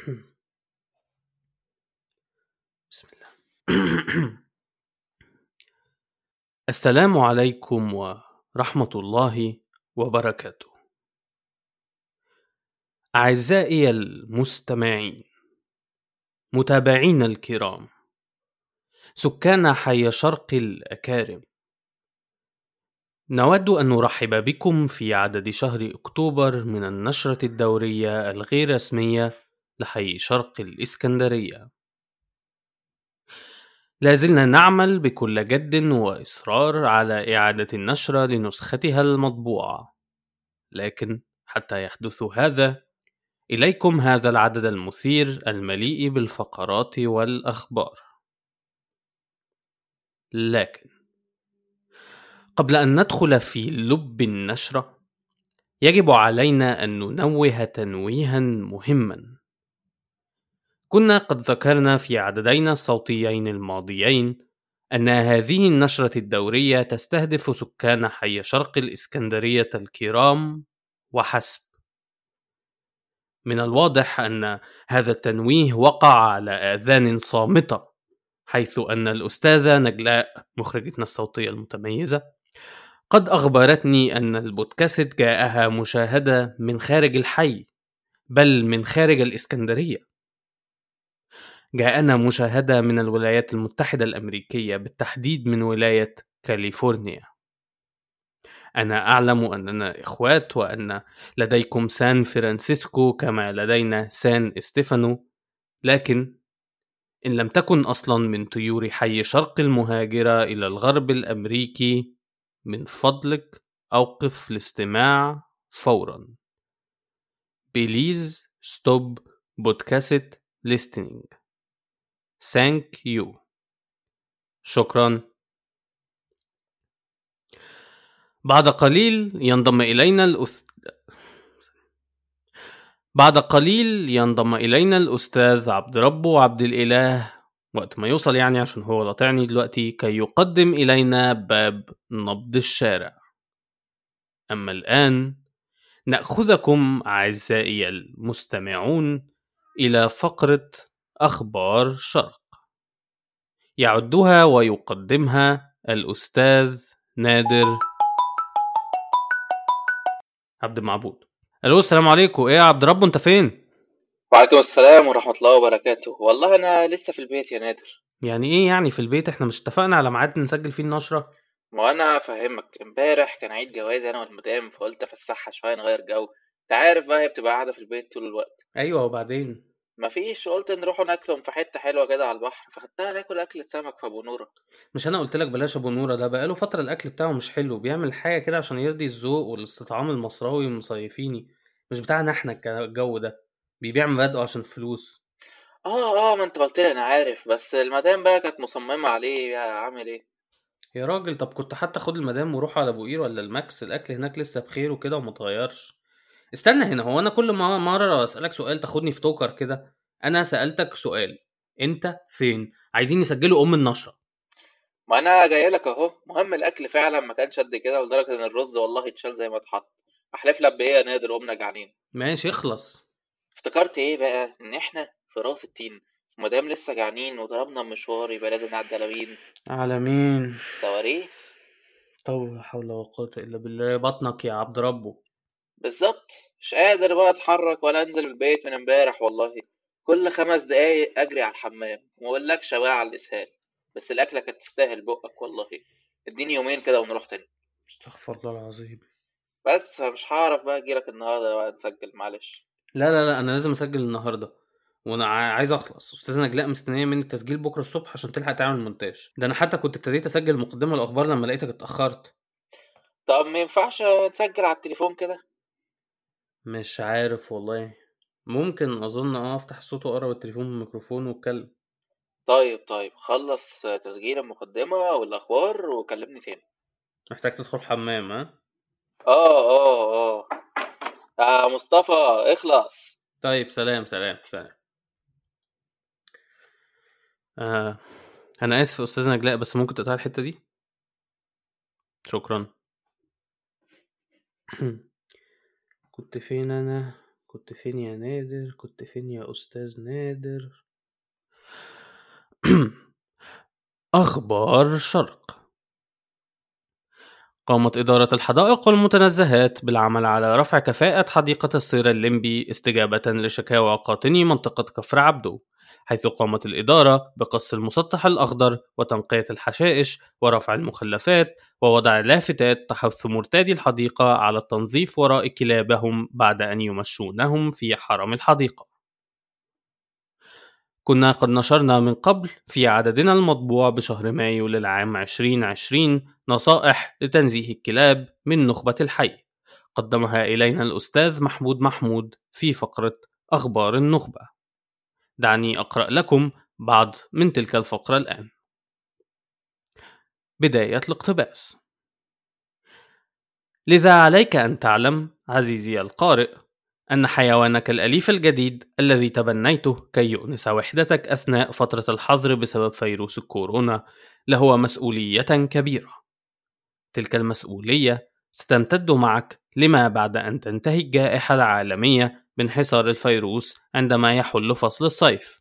بسم الله. السلام عليكم ورحمة الله وبركاته. أعزائي المستمعين، متابعين الكرام، سكان حي شرق الأكارم، نود أن نرحب بكم في عدد شهر أكتوبر من النشرة الدورية الغير رسمية لحي شرق الإسكندرية. لازلنا نعمل بكل جد وإصرار على إعادة النشرة لنسختها المطبوعة، لكن حتى يحدث هذا إليكم هذا العدد المثير المليء بالفقرات والأخبار. لكن قبل أن ندخل في لب النشرة، يجب علينا أن ننوه تنويها مهما. كنا قد ذكرنا في عددين الصوتيين الماضيين أن هذه النشرة الدورية تستهدف سكان حي شرق الإسكندرية الكرام وحسب. من الواضح أن هذا التنويه وقع على آذان صامتة، حيث أن الأستاذة نجلاء مخرجتنا الصوتية المتميزة قد أخبرتني أن البودكاست جاءها مشاهدة من خارج الحي، بل من خارج الإسكندرية. جاءنا مشاهدة من الولايات المتحدة الأمريكية، بالتحديد من ولاية كاليفورنيا. أنا أعلم أننا إخوات وأن لديكم سان فرانسيسكو كما لدينا سان استيفانو، لكن إن لم تكن أصلا من طيور حي شرق المهاجرة إلى الغرب الأمريكي، من فضلك أوقف الاستماع فورا. Please stop podcast listening. Thank you. شكرا. بعد قليل ينضم إلينا الأستاذ عبد ربه عبد الإله، وقت ما يوصل يعني، عشان هو قاطعني دلوقتي، كي يقدم إلينا باب نبض الشارع. أما الآن نأخذكم أعزائي المستمعون إلى فقرة أخبار شرق، يعدها ويقدمها الأستاذ نادر عبد المعبود. ألو، السلام عليكم. إيه يا عبد ربه، أنت فين؟ وعليكم السلام ورحمة الله وبركاته. والله أنا لسه في البيت يا نادر. يعني إيه يعني في البيت؟ إحنا مش اتفقنا على ميعاد نسجل فيه النشرة؟ ما أنا أفهمك، امبارح كان عيد جوازي أنا والمدام، فقلت أفسحها شوية نغير جو. أنت عارف بقى، هي بتبقى قاعدة في البيت طول الوقت. أيوة، وبعدين؟ مفيش، قلت نروحوا ناكلهم في حتة حلوة كده على البحر، فخدتها ناكل أكلة سمك في أبو نورة. مش أنا قلت لك بلاش أبو نورة؟ ده بقاله فترة الأكل بتاعه مش حلو، بيعمل حاجة كده عشان يرضي الذوق والاستطعام المصراوي والمصيفيني، مش بتاعنا إحنا الجو ده. بيبيع مبادئه عشان فلوس. ما أنت قلت لي، أنا عارف، بس المدام بقى كانت مصممة عليه، يا عامل إيه؟ يا راجل، طب كنت حتى خد المدام وروح على ابو قير ولا الماكس، الاكل هناك لسه بخير وكده ومتغيرش. استنى هنا، هو انا كل ما مره اسالك سؤال تاخدني في توكر كده؟ انا سالتك سؤال، انت فين؟ عايزين نسجله النشره. ما أنا جايلك أهو. مهم الأكل فعلا ما كانش قد كده، لدرجة إن الرز والله اتشال زي ما اتحط. أحلف لك بإيه يا نادر، قمنا جعانين. ماشي، اخلص. افتكرت ايه بقى، ان احنا في راس التين، مدام لسه جعانين وضربنا مشوار، يبقى لازم نعدي على مين؟ على مين؟ سواريه. طول لا حول ولا قوه الا بالله، بطنك يا عبد ربه. بالظبط. مش قادر بقى اتحرك ولا انزل البيت من امبارح والله. كل 5 دقايق اجري على الحمام، ومقولكش بقى على الاسهال. بس الاكله كانت تستاهل بقك والله. اديني يومين كده ونروح تاني. استغفر الله العظيم. بس مش هعرف بقى اجيلك النهارده بقى نسجل، معلش. لا لا لا، انا لازم اسجل النهارده، وانا عايز اخلص. استاذه نجلاء مستنيه مني التسجيل بكره الصبح عشان تلحق تعمل مونتاج. ده انا حتى كنت ابتديت اسجل مقدمه الاخبار لما لقيتك اتاخرت. طب ما ينفعش نسجل على التليفون كده؟ مش عارف والله. ممكن، اظن افتح الصوت واقرب التليفون من الميكروفون واتكلم. طيب خلص تسجيل المقدمه والاخبار وكلمني تاني. محتاج تدخل حمام، ها؟ اه يا مصطفى، اخلص. طيب، سلام سلام سلام. آه. انا اسف يا استاذه نجلاء، بس ممكن تقطع الحته دي؟ شكرا. كنت فين انا؟ كنت فين يا نادر؟ كنت فين يا أستاذ نادر؟ أخبار شرق. قامت إدارة الحدائق والمتنزهات بالعمل على رفع كفاءة حديقة الصير الليمبي استجابة لشكاوى قاطني منطقة كفر عبده، حيث قامت الإدارة بقص المسطح الأخضر وتنقية الحشائش ورفع المخلفات ووضع لافتات تحث مرتادي الحديقة على التنظيف وراء كلابهم بعد أن يمشونهم في حرم الحديقة. كنا قد نشرنا من قبل في عددنا المطبوع بشهر مايو للعام 2020 نصائح لتنزيه الكلاب من نخبة الحي، قدمها إلينا الأستاذ محمود في فقرة أخبار النخبة. دعني أقرأ لكم بعض من تلك الفقرة الآن. بداية الاقتباس. لذا عليك أن تعلم عزيزي القارئ أن حيوانك الأليف الجديد الذي تبنيته كي يؤنس وحدتك أثناء فترة الحظر بسبب فيروس الكورونا له مسؤولية كبيرة. تلك المسؤولية ستمتد معك لما بعد أن تنتهي الجائحة العالمية بانحصار الفيروس عندما يحل فصل الصيف.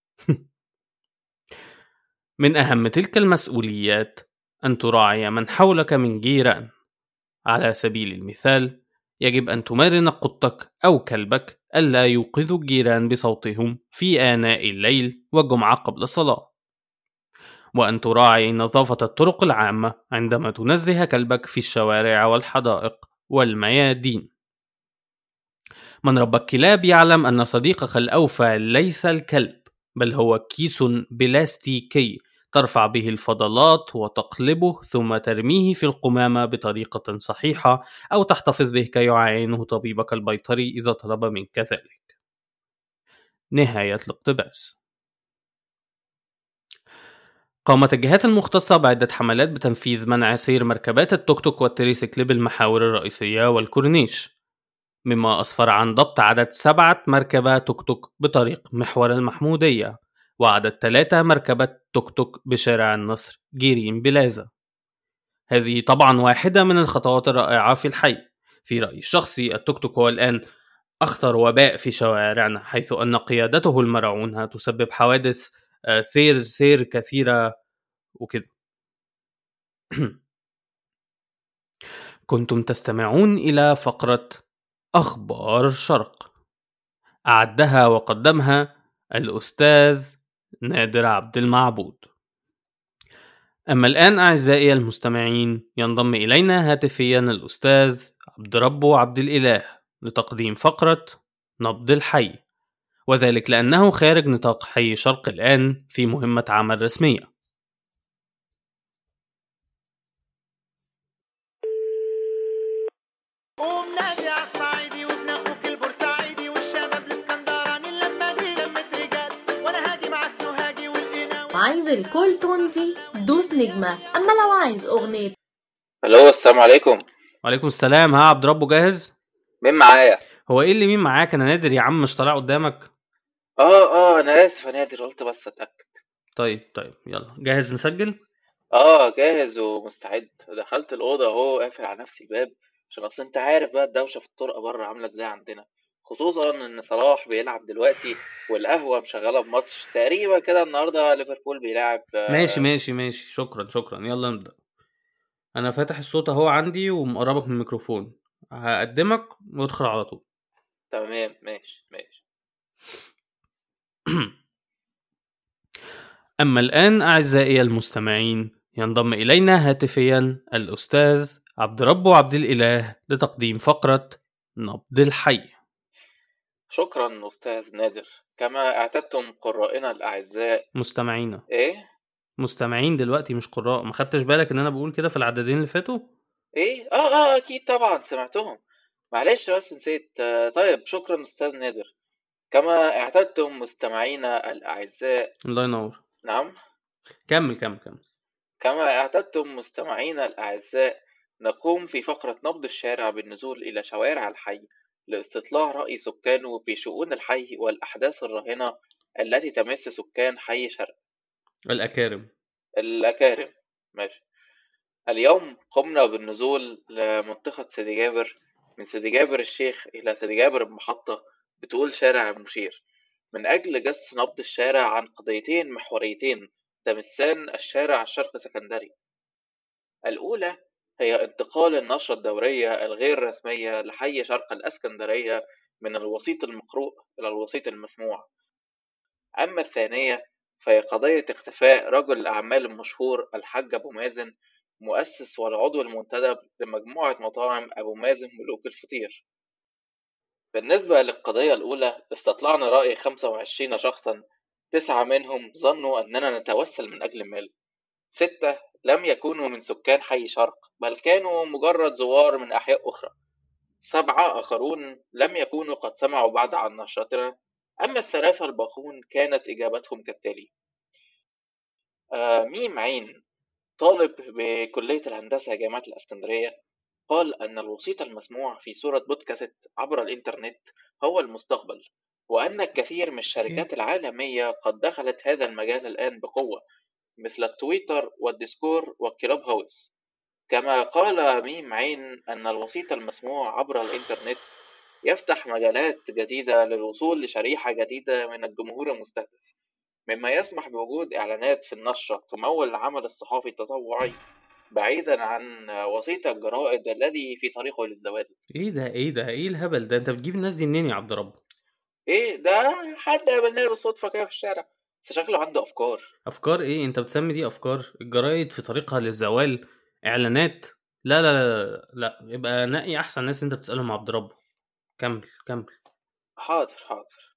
من أهم تلك المسؤوليات أن تراعي من حولك من جيران. على سبيل المثال، يجب أن تمرن قطك أو كلبك ألا يوقظوا الجيران بصوتهم في آناء الليل والجمعة قبل الصلاة، وأن تراعي نظافة الطرق العامة عندما تنزه كلبك في الشوارع والحدائق والميادين. من ربى الكلاب يعلم أن صديقك الأوفى ليس الكلب، بل هو كيس بلاستيكي ترفع به الفضلات وتقلبه ثم ترميه في القمامة بطريقة صحيحة أو تحتفظ به كي يعاينه طبيبك البيطري إذا طلب منك ذلك. نهاية الاقتباس. قامت الجهات المختصة بعدة حملات بتنفيذ منع سير مركبات التوك توك والتريسيكل بالمحاور الرئيسية والكورنيش، مما أسفر عن ضبط عدد 7 مركبة توك توك بطريق محور المحمودية، وعدد 3 مركبة توك توك بشارع النصر جيرين بلازا. هذه طبعا واحدة من الخطوات الرائعة في الحي. في رأيي الشخصي التوك توك هو الآن أخطر وباء في شوارعنا، حيث أن قيادته المرعونة تسبب حوادث سير كثيرة وكده. كنتم تستمعون إلى فقرة أخبار شرق، أعدها وقدمها الأستاذ نادر عبد المعبود. أما الآن أعزائي المستمعين، ينضم إلينا هاتفيا الأستاذ عبد ربه عبد الإله لتقديم فقرة نبض الحي، وذلك لأنه خارج نطاق حي شرق الآن في مهمة عمل رسمية. عايز الكل تونتي دوس نجمة، أما لو عايز أغنية. الو، السلام عليكم. وعليكم السلام. ها عبد ربه جاهز؟ مين معايا؟ هو ايه اللي مين معاك؟ انا نادر يا عم، مش طالع قدامك. انا اسف يا نادر، قلت بس اتاكد. طيب يلا جاهز نسجل؟ جاهز ومستعد. دخلت الاوضه اهو، قافل على نفسي الباب عشان اصل انت عارف بقى الدوشه في الطرقه بره عامله ازاي عندنا، خصوصا ان صلاح بيلعب دلوقتي والقهوه مشغله بماتش تقريبا كده النهارده ليفربول بيلعب. ماشي شكرا يلا نبدأ. انا فاتح الصوت اهو عندي ومقربك من الميكروفون، هقدمك وادخل على طول. تمام، ماشي. أما الآن أعزائي المستمعين، ينضم إلينا هاتفيا الأستاذ عبد ربه عبد الإله لتقديم فقرة نبض الحي. شكرا استاذ نادر. كما اعتدتم قرائنا الاعزاء. مستمعينا. ايه؟ مستمعين دلوقتي مش قراء، ما خدتش بالك ان انا بقول كده في العددين اللي فاتوا؟ ايه، اكيد طبعا سمعتهم. معلش بس نسيت. طيب، شكرا استاذ نادر. كما اعتدتم مستمعينا الاعزاء. الله ينور. نعم. كمل. كما اعتدتم مستمعينا الاعزاء، نقوم في فقرة نبض الشارع بالنزول الى شوارع الحي لاستطلاع رأي سكانه في شؤون الحي والاحداث الراهنة التي تمس سكان حي شرق. الأكارم. ماشي. اليوم قمنا بالنزول لمنطقة سيدي جابر، من سيدي جابر الشيخ إلى سيدي جابر المحطة، بتقول شارع المشير من أجل جس نبض الشارع عن قضيتين محوريتين تمسان الشارع الشرق سكندري. الأولى هي انتقال النشرة الدورية الغير رسمية لحي شرق الإسكندرية من الوسيط المقروء إلى الوسيط المسموع. أما الثانية فهي قضية اختفاء رجل الأعمال المشهور الحاج أبو مازن، مؤسس والعضو المنتدب لمجموعة مطاعم أبو مازن ملوك الفطير. بالنسبة للقضية الأولى استطلعنا رأي 25 شخصا، 9 منهم ظنوا أننا نتوسل من أجل المال، 6 لم يكونوا من سكان حي شرق بل كانوا مجرد زوار من أحياء أخرى، 7 آخرون لم يكونوا قد سمعوا بعد عن نشرتنا. أما الثلاثة الباقون كانت إجابتهم كالتالي: ميم عين طالب بكلية الهندسة جامعة الإسكندرية قال أن الوسيط المسموع في صورة بودكاست عبر الإنترنت هو المستقبل، وأن الكثير من الشركات العالمية قد دخلت هذا المجال الآن بقوة مثل التويتر والديسكور والكلاب هاوس. كما قال ميم عين أن الوسيط المسموع عبر الإنترنت يفتح مجالات جديدة للوصول لشريحة جديدة من الجمهور المستهدف، مما يسمح بوجود إعلانات في النشرة تمول العمل الصحفي التطوعي بعيدا عن وسيط الجرائد الذي في طريقه للزوال. ايه الهبل ده؟ انت بتجيب الناس دي منين يا عبد رب؟ ايه ده؟ حد قابلناه بالصدفة كده في الشارع، بس شكله عنده أفكار. افكار ايه؟ انت بتسمي دي افكار؟ الجرايد في طريقها للزوال، اعلانات؟ لا لا لا لا، يبقى نقي احسن ناس انت بتسألهم. عبد رب كمل. حاضر حاضر.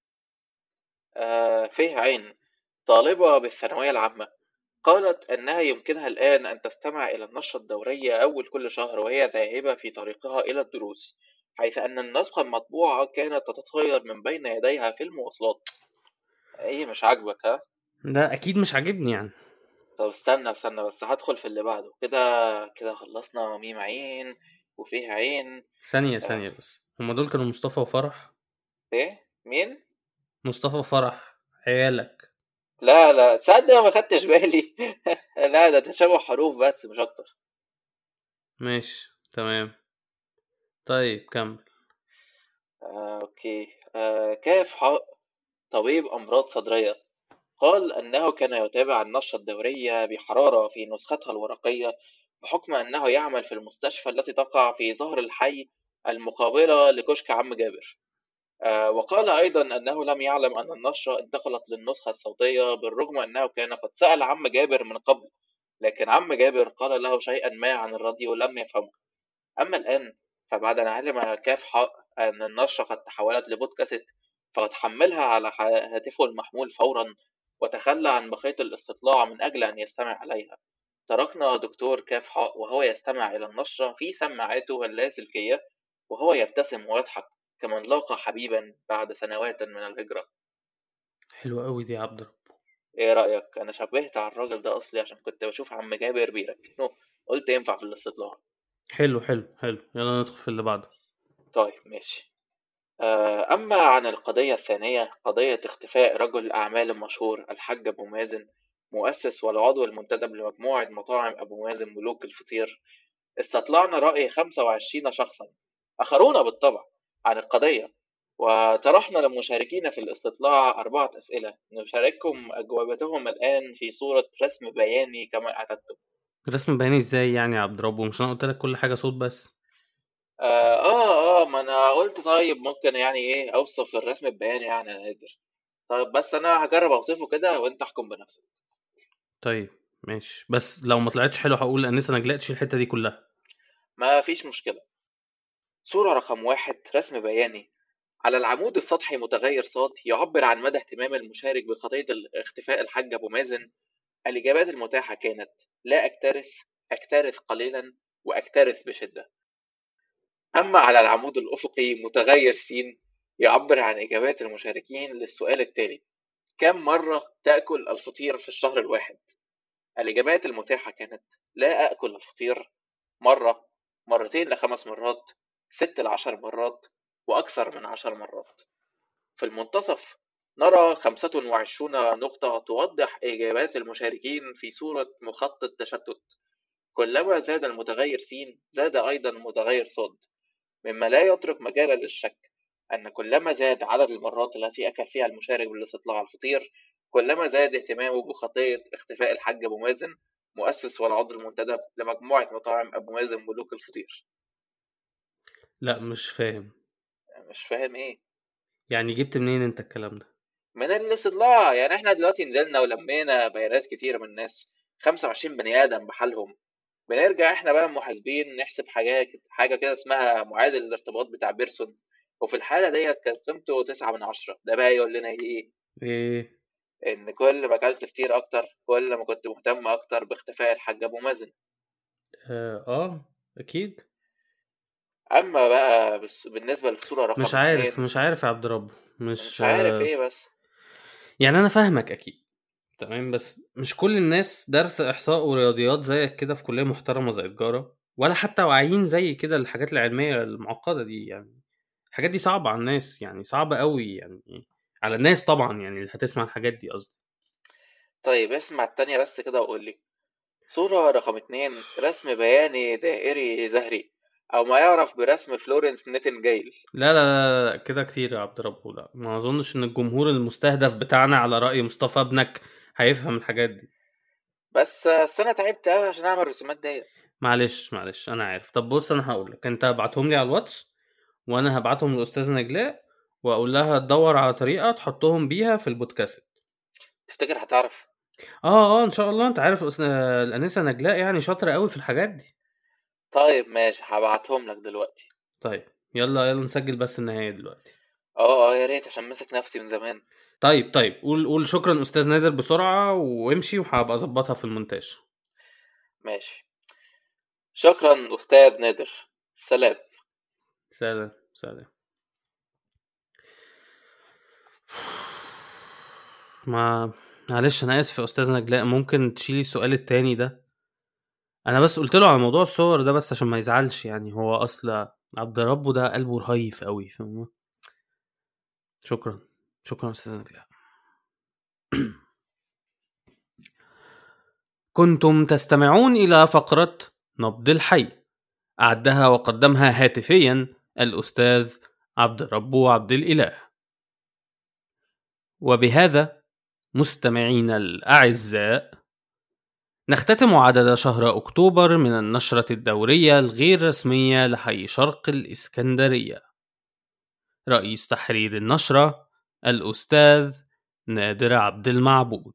فيه عين طالبة بالثانوية العامة قالت أنها يمكنها الآن أن تستمع إلى النشرة الدورية أول كل شهر وهي ذاهبة في طريقها إلى الدروس، حيث أن النسخة المطبوعة كانت تتطاير من بين يديها في المواصلات. إيه مش عاجبك ها؟ ده اكيد مش عاجبني يعني. طب استنى بس هدخل في اللي بعده. كده كده خلصنا ميم عين وفيه عين. ثانية بس، هما دول كانوا مصطفى وفرح؟ إيه مين؟ مصطفى وفرح عيالك؟ لا تصدق ما خدتش بالي. لا ده تشابه حروف بس مش أكتر. ماشي تمام. طيب كمل. أوكي. كاف حاء طبيب أمراض صدرية قال أنه كان يتابع النشرة الدورية بحرارة في نسختها الورقية بحكم أنه يعمل في المستشفى التي تقع في ظهر الحي المقابلة لكشك عم جابر. وقال أيضا أنه لم يعلم أن النشرة انتقلت للنسخة الصوتية بالرغم أنه كان قد سأل عم جابر من قبل، لكن عم جابر قال له شيئا ما عن الراديو لم يفهمه. أما الآن فبعد أن علم كاف حاء أن النشرة قد تحولت لبودكاست فقد حملها على هاتفه المحمول فورا وتخلى عن بقية الاستطلاع من أجل أن يستمع عليها. تركنا دكتور كاف حاء وهو يستمع إلى النشرة في سماعاته اللاسلكية وهو يبتسم ويضحك كمن لاقى حبيبا بعد سنوات من الهجرة. حلو قوي دي يا عبد رب. إيه رأيك؟ أنا شبهت على الراجل ده أصلي عشان كنت بشوف عم جابر بيركنه، قلت ينفع في الاستطلاع. حلو يلا ندخل في اللي بعده. طيب ماشي. أما عن القضية الثانية قضية اختفاء رجل الأعمال المشهور الحاج أبو مازن، مؤسس والعضو المنتدب لمجموعة مطاعم أبو مازن ملوك الفطير، استطلعنا رأي 25 شخصا آخرون بالطبع عن القضية، وطرحنا للمشاركين في الاستطلاع 4 أسئلة نشارككم أجوبتهم الآن في صورة رسم بياني كما اعتدتم. رسم بياني ازاي يعني يا عبد رب؟ ومش انا قلت لك كل حاجة صوت بس؟ ما أنا قلت طيب ممكن يعني إيه أوصف الرسم البياني يعني أنا قادر. طيب بس أنا هجرب أوصفه كده وأنت احكم بنفسك. طيب ماشي، بس لو ما طلعتش حلو هقول انسه نجلتش الحتة دي كلها. ما فيش مشكلة. صورة رقم 1 رسم بياني. على العمود السطحي متغير صاد يعبر عن مدى اهتمام المشارك بقضية اختفاء الحاج أبو مازن. الإجابات المتاحة كانت: لا أكترث، أكترث قليلا، وأكترث بشدة. أما على العمود الأفقي متغير س يعبر عن إجابات المشاركين للسؤال التالي: كم مرة تأكل الفطير في الشهر الواحد؟ الإجابات المتاحة كانت: لا أكل الفطير، مرة، مرتين ل5 مرات، 6 ل10 مرات، وأكثر من 10 مرات. في المنتصف نرى 25 نقطة توضح إجابات المشاركين في صورة مخطط تشتت. كلما زاد المتغير س زاد أيضا المتغير ص، مما لا يترك مجالا للشك أن كلما زاد عدد المرات التي أكل فيها المشارك بالاستطلاع على الفطير، كلما زاد اهتمامه بخطية اختفاء الحاج أبو مازن، مؤسس والعضو المنتدب لمجموعة مطاعم أبو مازن ملوك الفطير. لا مش فاهم. مش فاهم إيه؟ يعني جبت منين انت الكلام ده؟ من الاستطلاع. يعني احنا دلوقتي نزلنا ولمينا بيانات كتيرة من الناس، 25 بني آدم بحالهم. بنرجع احنا بقى محاسبين نحسب حاجة كده اسمها معادل الارتباط بتاع بيرسون، وفي الحالة ديت كانت قيمته 9/10. ده بقى يقول لنا ايه؟ ايه؟ ان كل ما اكلت كتير اكتر، كل ما كنت مهتم اكتر باختفاء الحاج ابو مازن. اكيد. اما بقى بالنسبة للصورة رقم مش عارف 2. مش عارف يا عبد رب. مش مش عارف ايه بس. يعني انا فاهمك اكيد، تمام، بس مش كل الناس درس احصاء ورياضيات زيك كده في كلية محترمة زي التجارة، ولا حتى واعيين زي كده الحاجات العلمية المعقدة دي. يعني الحاجات دي صعبة على الناس، يعني صعبة قوي يعني على الناس طبعا، يعني اللي هتسمع الحاجات دي قصدي. طيب اسمع التانية بس كده وقول لي. صورة رقم 2، رسم بياني دائري زهري، أو ما يعرف برسم فلورنس نيتنجيل. لا كده كتير يا عبد رب، لا ما اظنش ان الجمهور المستهدف بتاعنا على رأي مصطفى ابنك هيفهم الحاجات دي. بس أنا تعبت أوي عشان أعمل الرسومات ديت. معلش انا عارف. طب بص انا هقول لك، انت ابعتهم لي على الواتس وانا هبعتهم للاستاذه نجلاء واقول لها تدور على طريقه تحطهم بيها في البودكاست. تفتكر هتعرف؟ ان شاء الله. انت عارف الانسه نجلاء يعني شاطره قوي في الحاجات دي. طيب ماشي، هبعتهم لك دلوقتي. طيب يلا نسجل بس النهايه دلوقتي. يا ريت عشان ماسك نفسي من زمان. طيب قول شكرا استاذ نادر بسرعه وامشي، وهبقى اظبطها في المونتاج. ماشي. شكرا أستاذ نادر. سلام. سلام. ما معلش انا اسف يا استاذ نجلاء، ممكن تشيلي السؤال التاني ده؟ انا بس قلت له على موضوع الصور ده بس عشان ما يزعلش، يعني هو اصلا عبد ربه ده قلبه رهيف قوي، فاهم؟ شكرا استاذ نجلاء. كنتم تستمعون الى فقرة نبض الحي، اعدها وقدمها هاتفيا الاستاذ عبد ربه عبد الاله. وبهذا مستمعين الاعزاء نختتم عدد شهر أكتوبر من النشرة الدورية الغير رسمية لحي شرق الإسكندرية. رئيس تحرير النشرة الأستاذ نادر عبد المعبود.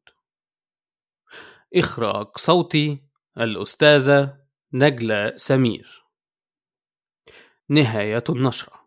إخراج صوتي الأستاذة نجلة سمير. نهاية النشرة.